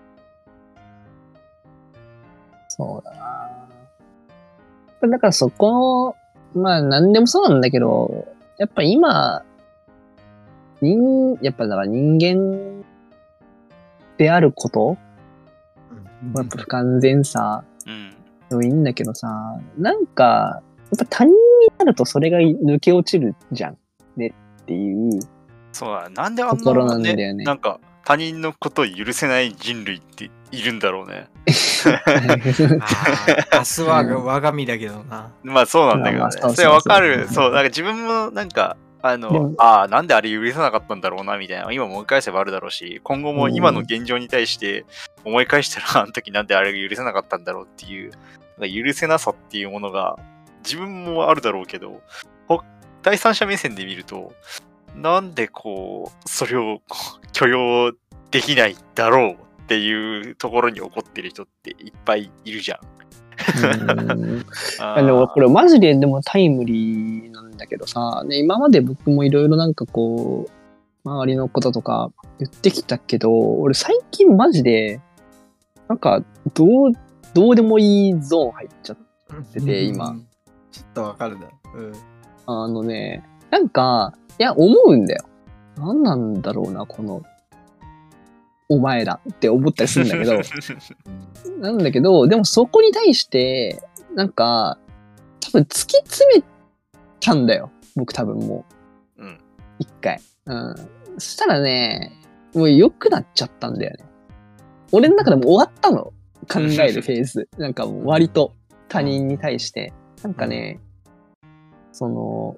Speaker 3: そうだな。だからそこの、まあ何でもそうなんだけど、やっぱ今、人、やっぱだから人間であること、
Speaker 2: うん
Speaker 3: やっぱ不完全さ
Speaker 4: うん。
Speaker 3: もいいんだけどさ、なんか、やっぱ他人になるとそれが抜け落ちるじゃん。ねっていう。
Speaker 4: そうだ、なんであん
Speaker 3: ところ
Speaker 4: な、
Speaker 3: なんだよね
Speaker 4: なんか他人のことを許せない人類っているんだろうね。
Speaker 2: ああ、明日は我が身だけどな。
Speaker 4: まあそうなんだけどね。
Speaker 3: まあまあそうそうそう
Speaker 4: それわかる。そう、なんか自分もなんか、あ
Speaker 3: で
Speaker 4: の
Speaker 3: も、
Speaker 4: ああ、なんであれ許さなかったんだろうな、みたいな。今思い返せばあるだろうし、今後も今の現状に対して思い返したら、あの時なんであれが許せなかったんだろうっていう、なんか許せなさっていうものが、自分もあるだろうけど、ほ第三者目線で見ると、なんでこう、それをこう許容できないだろうっていうところに怒ってる人っていっぱいいるじゃん。
Speaker 3: うん
Speaker 4: あ
Speaker 3: あでもこ
Speaker 4: れ、
Speaker 3: れマジででもタイムリーなんだけどさ、ね、今まで僕もいろいろなんかこう、周りのこととか言ってきたけど、俺最近マジで、なんかどう、どうでもいいゾーン入っちゃってて、今。
Speaker 2: ちょっとわかるな。うん。
Speaker 3: あのね、なんか、いや、思うんだよ。なんなんだろうな、この、お前らって思ったりするんだけど、なんだけど、でもそこに対して、なんか、多分突き詰めたんだよ。僕多分もう。
Speaker 4: うん。
Speaker 3: 一回。うん。そしたらね、もう良くなっちゃったんだよね。俺の中でも終わったの。考えるフェーズ。なんかもう割と他人に対して。なんかね、その、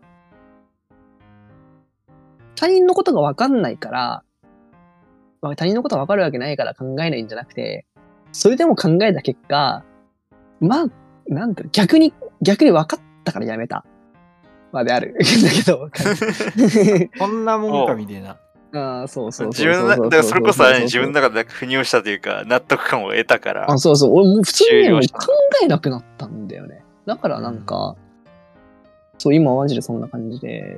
Speaker 3: 他人のことがわかんないから、まあ他人のことがわかるわけないから考えないんじゃなくて、それでも考えた結果、まあ、なんだろう、逆に、逆に分かったからやめた。まである。だけど、
Speaker 2: こんなもんかみたいな。
Speaker 3: ああ、そうそうそう
Speaker 4: 自分の中で、それこそあれね自分の中でなんか腑に落ちたというか、納得感を得たから。
Speaker 3: あ、そうそう。俺もう普通にね、もう
Speaker 4: 終了した
Speaker 3: 考えなくなったんだよね。だからなんか、そう、今マジでそんな感じで。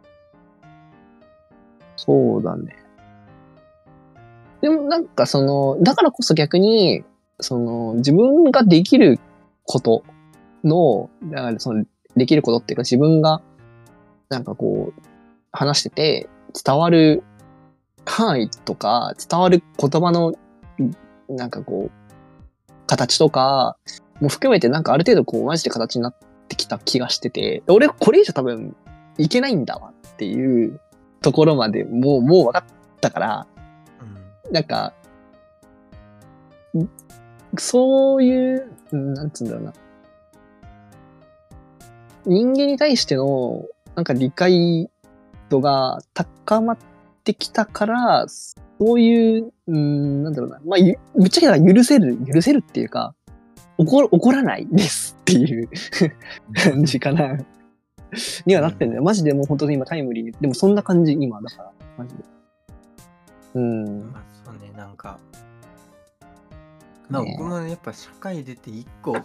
Speaker 3: そうだね。でもなんかその、だからこそ逆に、その、自分ができることの、だからその、できることっていうか自分が、なんかこう、話してて伝わる範囲とか、伝わる言葉の、なんかこう、形とかも含めてなんかある程度こう、マジで形になってきた気がしてて、俺これ以上多分いけないんだわっていうところまでもう、もう分かったから、なんか、そういう、なんつうんだろうな。人間に対しての、なんか理解度が高まってきたから、そういう、うん、なんだろうな。まあ、ゆぶっちゃけ許せる、許せるっていうか、怒る、怒らないですっていう感じかな。にはなってんだよ。マジでもう本当に今タイムリーに。でもそんな感じ、今、だから。マジで。うん。
Speaker 2: まあそうね、なんか、まあ
Speaker 3: ね
Speaker 2: 僕もやっぱ社会出て一個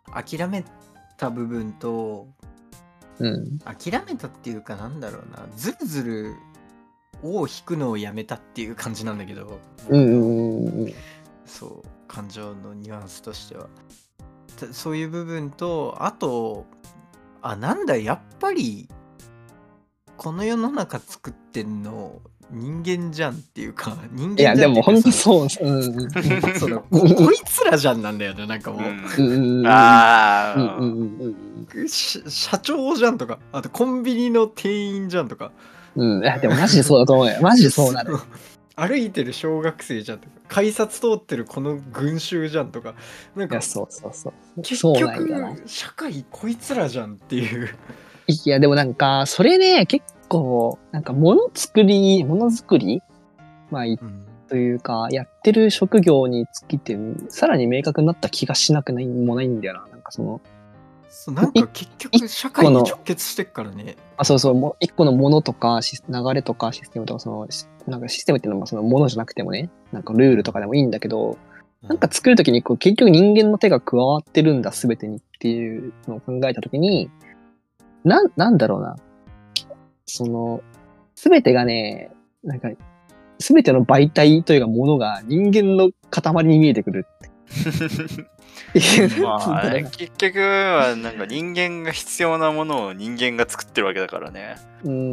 Speaker 2: 諦めた部分と、
Speaker 3: うん。
Speaker 2: 諦めたっていうかなんだろうな、ずるずる尾を引くのをやめたっていう感じなんだけど、
Speaker 3: うんうんうんうん。
Speaker 2: そう感情のニュアンスとしてはたそういう部分と、あとあなんだやっぱりこの世の中作ってんの人間じゃんっていうか、人間
Speaker 3: いや、
Speaker 2: じゃんっていうか
Speaker 3: でも本当
Speaker 2: そ
Speaker 3: そう。うんうん。
Speaker 2: のそのここいつらじゃんなんだよね、なんかもう、
Speaker 4: うん
Speaker 3: うんうんうん。
Speaker 4: ああ、
Speaker 3: うんうんうんうん。
Speaker 2: し社長じゃんとか、あとコンビニの店員じゃんとか、
Speaker 3: うん、いやでもマジでそうだと思うよ。マジでそうなる。
Speaker 2: 歩いてる小学生じゃんとか、改札通ってるこの群衆じゃんとか、なんか
Speaker 3: いや、そうそうそう。
Speaker 2: 結
Speaker 3: そうなんだな。
Speaker 2: 局社会こいつらじゃんっていう。
Speaker 3: いや、でもなんか、それね、結構、なんか、もの作り、ものづくりまあ、いというか、やってる職業につきて、さらに明確になった気がしなくないもないんだよな。なんかその、
Speaker 2: そうなんか結局社会に直結してっからね。
Speaker 3: あ、そうそう、もう一個のものとか、シス流れとかシステムとか、その、しなんかシステムっていうのはそのものじゃなくてもね、なんかルールとかでもいいんだけど、なんか作るときにこう結局人間の手が加わってるんだ、すべてにっていうのを考えたときに、なん、なんだろうな。その、すべてがね、なんか、すべての媒体というかものが人間の塊に見えてくるっていう。
Speaker 4: まあ、ね、結局はなんか人間が必要なものを人間が作ってるわけだからね。
Speaker 3: うん。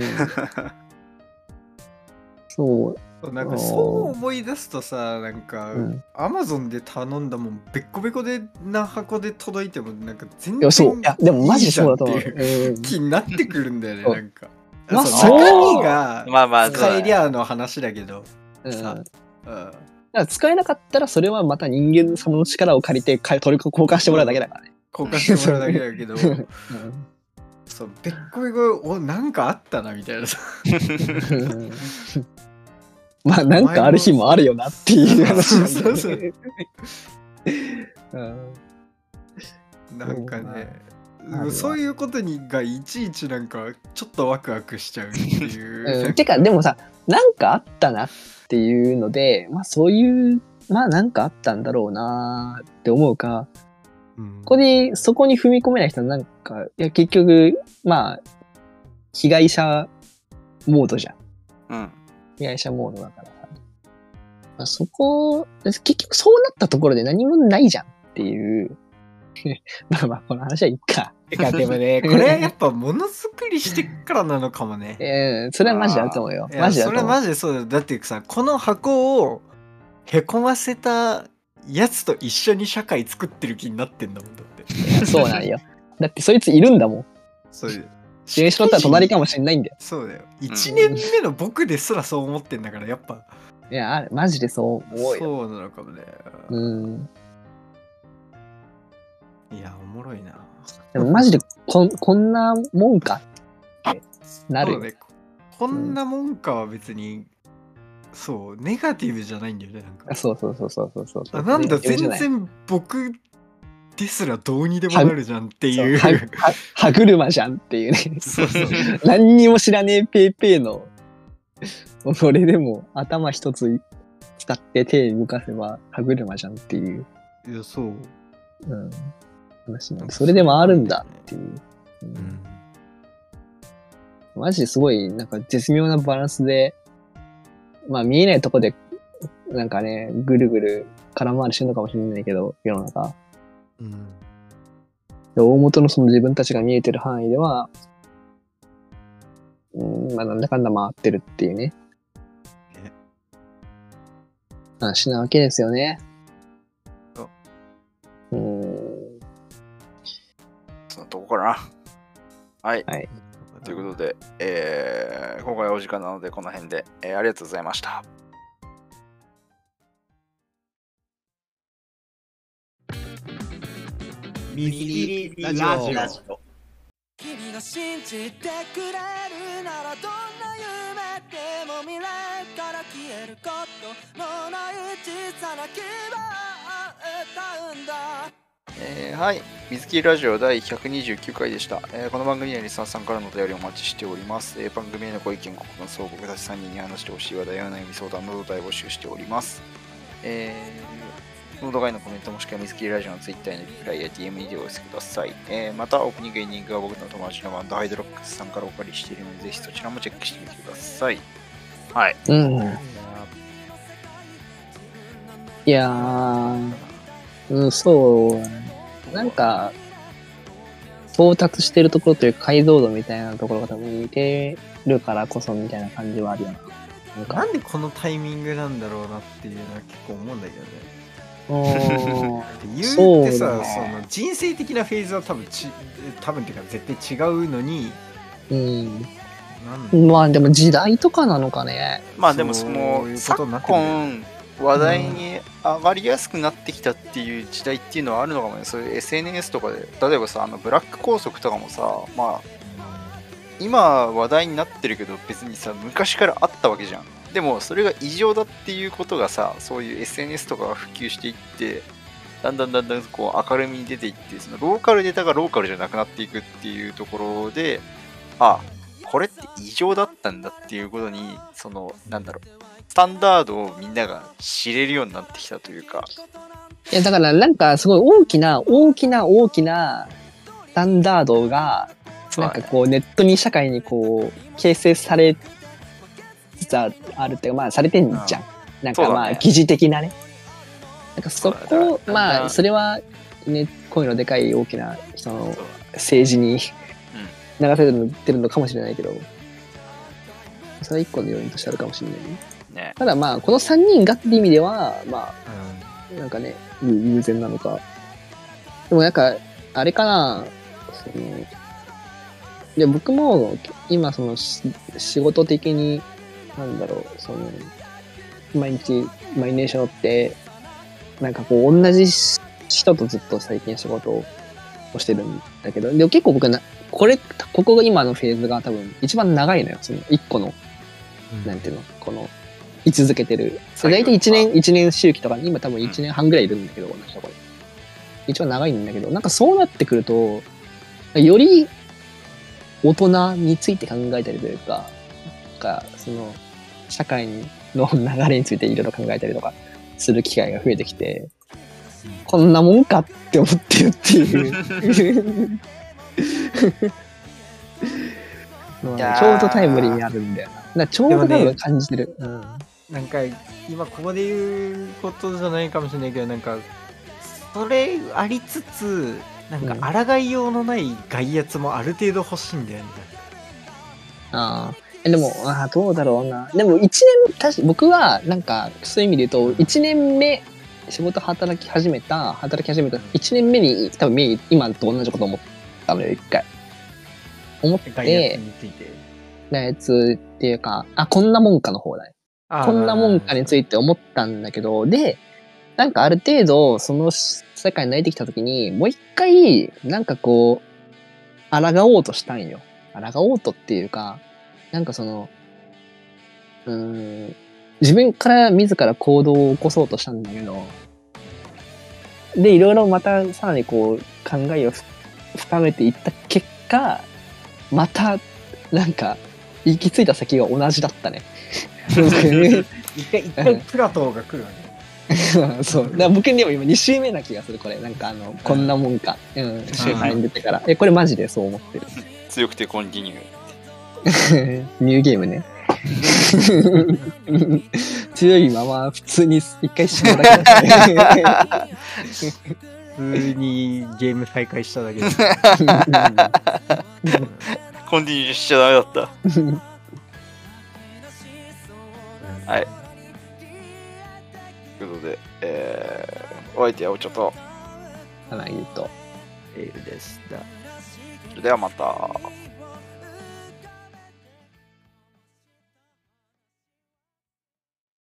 Speaker 3: そう。
Speaker 2: そうなんかそう思い出すとさ、なんか、
Speaker 3: うん、
Speaker 2: アマゾンで頼んだもんべっこべこでな箱で届いてもなんか全然
Speaker 3: いや、そう。いや、でもマジそうだと思う。
Speaker 2: いいじゃんっていう気になってくるんだよね、なんか。
Speaker 3: まあ、
Speaker 2: そう中身が
Speaker 4: まあまあ
Speaker 2: 使えりゃの話だけど、
Speaker 3: うん、
Speaker 2: さ、うん、
Speaker 3: だから使えなかったらそれはまた人間様の力を借りて取り交換してもらうだけだからね。
Speaker 2: 交換してもらうだけだけど、
Speaker 3: うん、
Speaker 2: そうべっこべこおなんかあったなみたいなさ。
Speaker 3: まあなんかある日もあるよなっていう話なんだよね。
Speaker 2: そうそうそう
Speaker 3: うん、
Speaker 2: なんかね、
Speaker 3: うん、
Speaker 2: そういうことにがいちいちなんかちょっとワクワクしちゃうっていう。
Speaker 3: うん、てかでもさ、なんかあったなっていうので、まあそういうまあなんかあったんだろうなって思うか、うん、ここでそこに踏み込めない人はなんかいや結局まあ被害者モードじゃん。
Speaker 4: うん。
Speaker 3: 被害者モードだからさ、まあ、そこ結局そうなったところで何もないじゃんっていうまあまあこの話はいいか。
Speaker 2: いやでもねこれやっぱものづくりしてっからなのかもね。
Speaker 3: えー、それはマジだと思うよ。マジだと思う。
Speaker 2: それはマジでそうだよ。だってさこの箱をへこませたやつと一緒に社会作ってる気になってんだもんだって。
Speaker 3: そうなんよ。だってそいついるんだもん。
Speaker 2: そういう。
Speaker 3: 支援しろったら隣かもしれないんだよ。
Speaker 2: そうだよ。いちねんめの僕ですらそう思ってんだからやっぱ。
Speaker 3: いや、あれマジでそう思うよ。
Speaker 2: そうなのかもね。
Speaker 3: うん。
Speaker 2: いや、おもろいな。
Speaker 3: でもマジでここんなもんかってなるよ。
Speaker 2: ね、こんなもんかは別に、うん、そうネガティブじゃないんだよねなんか。
Speaker 3: そうそうそうそうそうそう。
Speaker 2: あなんだ全然僕ですらどうにでもなるじゃんっていう。
Speaker 3: はは歯車じゃんっていうね。
Speaker 2: そうそう。
Speaker 3: 何にも知らねえペーペーのそれでも頭一つ使って手動かせば歯車じゃんっていう。
Speaker 2: いやそう。
Speaker 3: うん。話なんでそれでもあるんだっていう。うん。マジですごいなんか絶妙なバランスで、まあ見えないとこでなんかねぐるぐる空回りしてるのかもしれないけど世の中。うん、で大元のその自分たちが見えてる範囲では、うん、まあなんだかんだ回ってるっていうね話なわけですよね。
Speaker 4: うん。そのとこかな。はい。
Speaker 3: はい、
Speaker 4: ということで、えー、今回はお時間なのでこの辺で、えー、ありがとうございました。
Speaker 1: ミステリラジオ。
Speaker 5: 君が信じてくれるならどんな夢でも未来から消えることのない小さな希望を歌うんだ。
Speaker 4: えー、はい、水切りラジオだいひゃくにじゅうきゅうかいでした。えー、この番組にはリスナーさんからのお便りをお待ちしております。えー、番組へのご意見、ご感想、僕たちさんにんに話してほしい話題や悩み相談など大募集しております。えーその動画へのコメントもしくは水切りラジオのツイッターのリプライや ディーエム にてお寄せください。えー、また、オープニングエンディングは僕の友達のバンドハイドロックスさんからお借りしているので、ぜひそちらもチェックしてみてください。はい。
Speaker 3: うん。いやー、うん、そう。なんか、到達してるところというか解像度みたいなところが多分似てるからこそみたいな感じはあるよな。なんか
Speaker 2: なんでこのタイミングなんだろうなっていうのは結構思うんだけどね。
Speaker 3: おー
Speaker 2: 言うてさ、
Speaker 3: そうだね
Speaker 2: その人生的なフェーズは多分ち多分っていうか絶対違うのに、
Speaker 3: うん。
Speaker 2: なん
Speaker 3: まあでも時代とかなのかね。
Speaker 4: まあでもそ
Speaker 2: そう
Speaker 4: の
Speaker 2: いうこ
Speaker 4: 昨
Speaker 2: とになってくるよ
Speaker 4: 今話題に上がりやすくなってきたっていう時代っていうのはあるのかもね。そういう エスエヌエス とかで例えばさ、あのブラック拘束とかもさ、まあ今話題になってるけど別にさ昔からあったわけじゃん。でもそれが異常だっていうことがさ、そういう エスエヌエス とかが普及していってだんだんだんだんこう明るみに出ていって、そのローカルネタがローカルじゃなくなっていくっていうところで、あ、これって異常だったんだっていうことに、そのなんだろう、スタンダードをみんなが知れるようになってきたというか。
Speaker 3: いやだからなんかすごい大きな大きな大きなスタンダードがなんかこうネットに社会にこう形成されつつあるっていうか、まあされてんじゃん。なんかまあ疑似的なね。なんかそこまあそれはね、声のでかい大きな人の政治に流されてるのかもしれないけど、それは一個の要因としてあるかもしれないね。
Speaker 4: ね、
Speaker 3: ただまあこのさんにんがっていう意味ではまあなんかね優先なのか。でもなんかあれかな、そので僕も今その仕事的になんだろう、その毎日毎日乗ってなんかこう同じ人とずっと最近仕事をしてるんだけど、でも結構僕なこれここが今のフェーズが多分一番長いのよ。その一個の、うん、なんていうの、この居続けてる。大体いちねんいちねん周期とか今多分いちねんはんぐらいいるんだけど、同じところ一番長いんだけど、なんかそうなってくるとより大人について考えたりというか、なんかその社会の流れについていろいろ考えたりとかする機会が増えてきて、こんなもんかって思ってるっていうちょうどタイムリーにあるんだよな。だちょうど多分感じてる、ね、うん、
Speaker 2: なんか今ここで言うことじゃないかもしれないけど、なんかそれありつつなんか抗いようのない外圧もある程度欲しいんだよね。
Speaker 3: うん、ああ、でもあどうだろうな。でもいちねん確か僕はなんかそういう意味で言うといちねんめ仕事働き始めた働き始めたいちねんめに多分今と同じこと思ったのよ。一回思って
Speaker 2: 外圧について
Speaker 3: 外圧っていうか、あこんなもんかの方だね。こんなもんかについて思ったんだけど、でなんかある程度その世界に慣れてきた時にもう一回なんかこう抗おうとしたんよ。抗おうとっていうか、なんかそのうーん自分から自ら行動を起こそうとしたんだけど、でいろいろまたさらにこう考えを深めていった結果、またなんか行き着いた先が同じだったね。
Speaker 2: 一回一回プラトーが来るわね。
Speaker 3: そう。だから僕でも今に週目な気がする、これ。なんかあの、こんなもんか。うん。週杯に出てから。え、これマジでそう思ってる。
Speaker 4: 強くてコンティニュー。
Speaker 3: ニューゲームね。強いまま普通に一回死ぬだけだ。
Speaker 2: 普通にゲーム再開しただけで。
Speaker 4: コンティニューしちゃダメだった。はい。ということで、えー、お相手はおちょと、
Speaker 3: 花木と、
Speaker 2: エールでした。
Speaker 4: それではまた。